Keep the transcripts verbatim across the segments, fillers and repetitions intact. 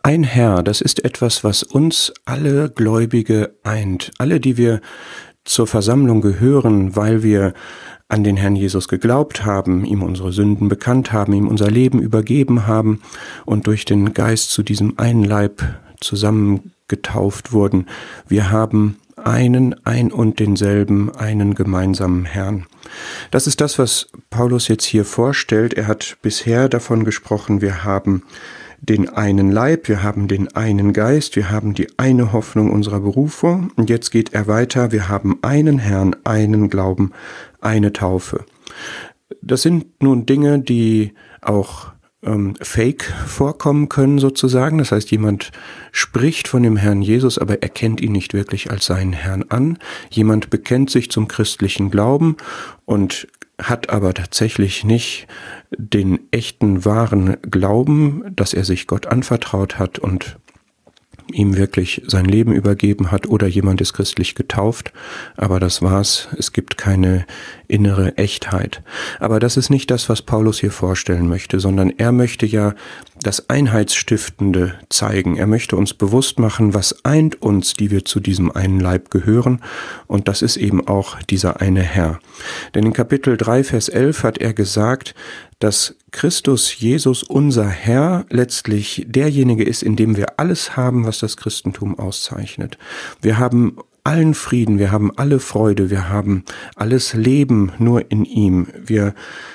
Ein Herr, das ist etwas, was uns alle Gläubige eint. Alle, die wir zur Versammlung gehören, weil wir an den Herrn Jesus geglaubt haben, ihm unsere Sünden bekannt haben, ihm unser Leben übergeben haben und durch den Geist zu diesem einen Leib zusammengetauft wurden. Wir haben einen, ein und denselben, einen gemeinsamen Herrn. Das ist das, was Paulus jetzt hier vorstellt. Er hat bisher davon gesprochen, wir haben den einen Leib, wir haben den einen Geist, wir haben die eine Hoffnung unserer Berufung. Und jetzt geht er weiter, wir haben einen Herrn, einen Glauben, eine Taufe. Das sind nun Dinge, die auch ähm, fake vorkommen können sozusagen. Das heißt, jemand spricht von dem Herrn Jesus, aber erkennt ihn nicht wirklich als seinen Herrn an. Jemand bekennt sich zum christlichen Glauben und hat aber tatsächlich nicht den echten, wahren Glauben, dass er sich Gott anvertraut hat und ihm wirklich sein Leben übergeben hat, oder jemand ist christlich getauft, aber das war's. Es gibt keine innere Echtheit. Aber das ist nicht das, was Paulus hier vorstellen möchte, sondern er möchte ja das Einheitsstiftende zeigen. Er möchte uns bewusst machen, was eint uns, die wir zu diesem einen Leib gehören, und das ist eben auch dieser eine Herr. Denn in Kapitel drei, Vers elf hat er gesagt, dass Christus Jesus, unser Herr, letztlich derjenige ist, in dem wir alles haben, was das Christentum auszeichnet. Wir haben allen Frieden, wir haben alle Freude, wir haben alles Leben nur in ihm. Wir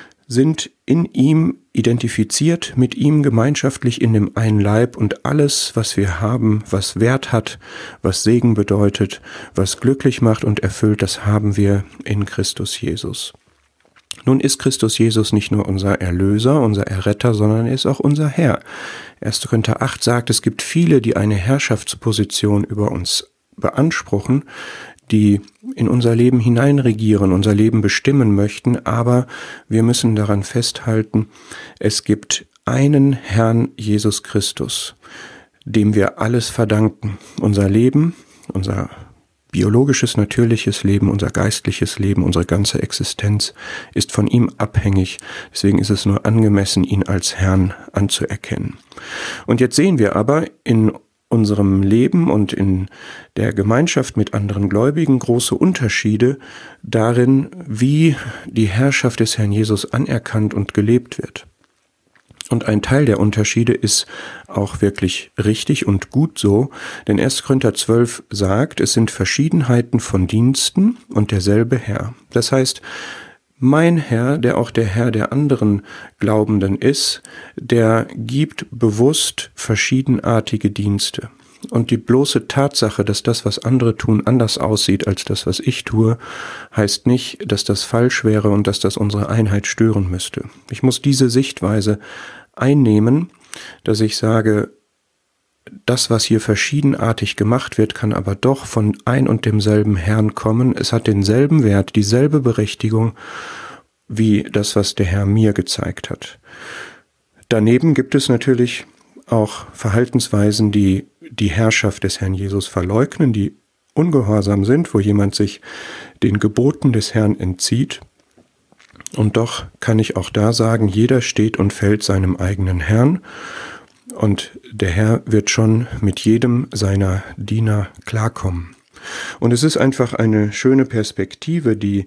sind in ihm identifiziert, mit ihm gemeinschaftlich in dem einen Leib, und alles, was wir haben, was Wert hat, was Segen bedeutet, was glücklich macht und erfüllt, das haben wir in Christus Jesus. Nun ist Christus Jesus nicht nur unser Erlöser, unser Erretter, sondern er ist auch unser Herr. erster Korinther acht sagt, es gibt viele, die eine Herrschaftsposition über uns beanspruchen, die in unser Leben hineinregieren, unser Leben bestimmen möchten, aber wir müssen daran festhalten, es gibt einen Herrn Jesus Christus, dem wir alles verdanken. Unser Leben, unser biologisches, natürliches Leben, unser geistliches Leben, unsere ganze Existenz ist von ihm abhängig. Deswegen ist es nur angemessen, ihn als Herrn anzuerkennen. Und jetzt sehen wir aber in unserem Leben und in der Gemeinschaft mit anderen Gläubigen große Unterschiede darin, wie die Herrschaft des Herrn Jesus anerkannt und gelebt wird. Und ein Teil der Unterschiede ist auch wirklich richtig und gut so, denn erster Korinther zwölf sagt, es sind Verschiedenheiten von Diensten und derselbe Herr. Das heißt, mein Herr, der auch der Herr der anderen Glaubenden ist, der gibt bewusst verschiedenartige Dienste. Und die bloße Tatsache, dass das, was andere tun, anders aussieht als das, was ich tue, heißt nicht, dass das falsch wäre und dass das unsere Einheit stören müsste. Ich muss diese Sichtweise einnehmen, dass ich sage, das, was hier verschiedenartig gemacht wird, kann aber doch von ein und demselben Herrn kommen. Es hat denselben Wert, dieselbe Berechtigung wie das, was der Herr mir gezeigt hat. Daneben gibt es natürlich auch Verhaltensweisen, die die Herrschaft des Herrn Jesus verleugnen, die ungehorsam sind, wo jemand sich den Geboten des Herrn entzieht. Und doch kann ich auch da sagen, jeder steht und fällt seinem eigenen Herrn. Und der Herr wird schon mit jedem seiner Diener klarkommen. Und es ist einfach eine schöne Perspektive, die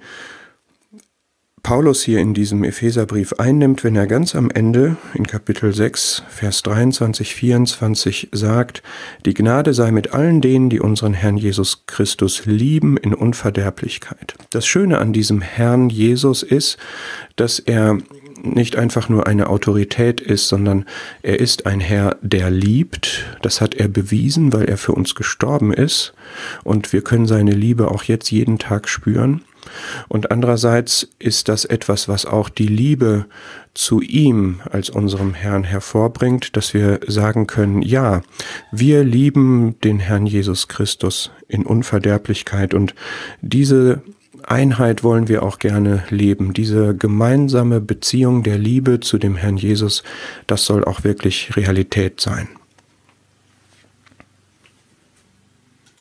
Paulus hier in diesem Epheserbrief einnimmt, wenn er ganz am Ende in Kapitel sechs, Vers dreiundzwanzig, vierundzwanzig sagt, die Gnade sei mit allen denen, die unseren Herrn Jesus Christus lieben in Unverderblichkeit. Das Schöne an diesem Herrn Jesus ist, dass er nicht einfach nur eine Autorität ist, sondern er ist ein Herr, der liebt. Das hat er bewiesen, weil er für uns gestorben ist. Und wir können seine Liebe auch jetzt jeden Tag spüren. Und andererseits ist das etwas, was auch die Liebe zu ihm als unserem Herrn hervorbringt, dass wir sagen können, ja, wir lieben den Herrn Jesus Christus in Unverderblichkeit, und diese Einheit wollen wir auch gerne leben. Diese gemeinsame Beziehung der Liebe zu dem Herrn Jesus, das soll auch wirklich Realität sein.